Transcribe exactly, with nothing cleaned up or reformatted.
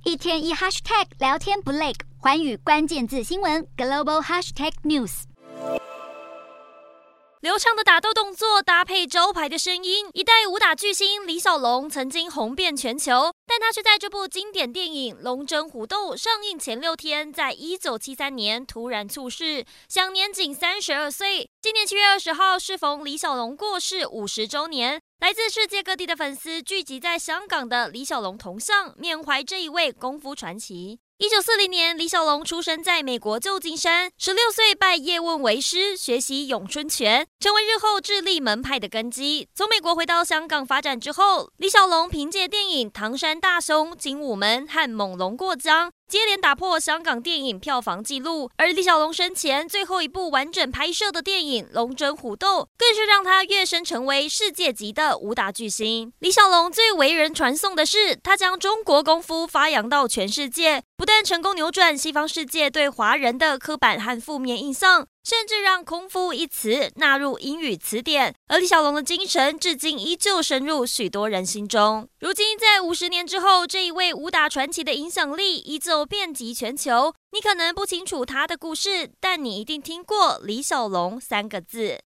一天一 hashtag 聊天不累，寰宇关键字新闻 global hashtag news。 流畅的打斗动作搭配招牌的声音，一代武打巨星李小龙曾经红遍全球，但他却在这部经典电影《龙争虎斗》上映前六天，在一九七三年突然猝逝，享年仅三十二岁。今年七月二十号，适逢李小龙过世五十周年，来自世界各地的粉丝聚集在香港的李小龙铜像，缅怀这一位功夫传奇。一九四零年，李小龙出生在美国旧金山，十六岁拜叶问为师，学习咏春拳，成为日后智利门派的根基。从美国回到香港发展之后，李小龙凭借电影《唐山大兄》《精武门》和《猛龙过江》接连打破香港电影票房纪录，而李小龙生前最后一部完整拍摄的电影《龙争虎斗》，更是让他跃升成为世界级的武打巨星。李小龙最为人传颂的是，他将中国功夫发扬到全世界，不但成功扭转西方世界对华人的刻板和负面印象，甚至让功夫一词纳入英语词典，而李小龙的精神至今依旧深入许多人心中。如今在五十年之后，这一位武打传奇的影响力依旧遍及全球。你可能不清楚他的故事，但你一定听过李小龙三个字。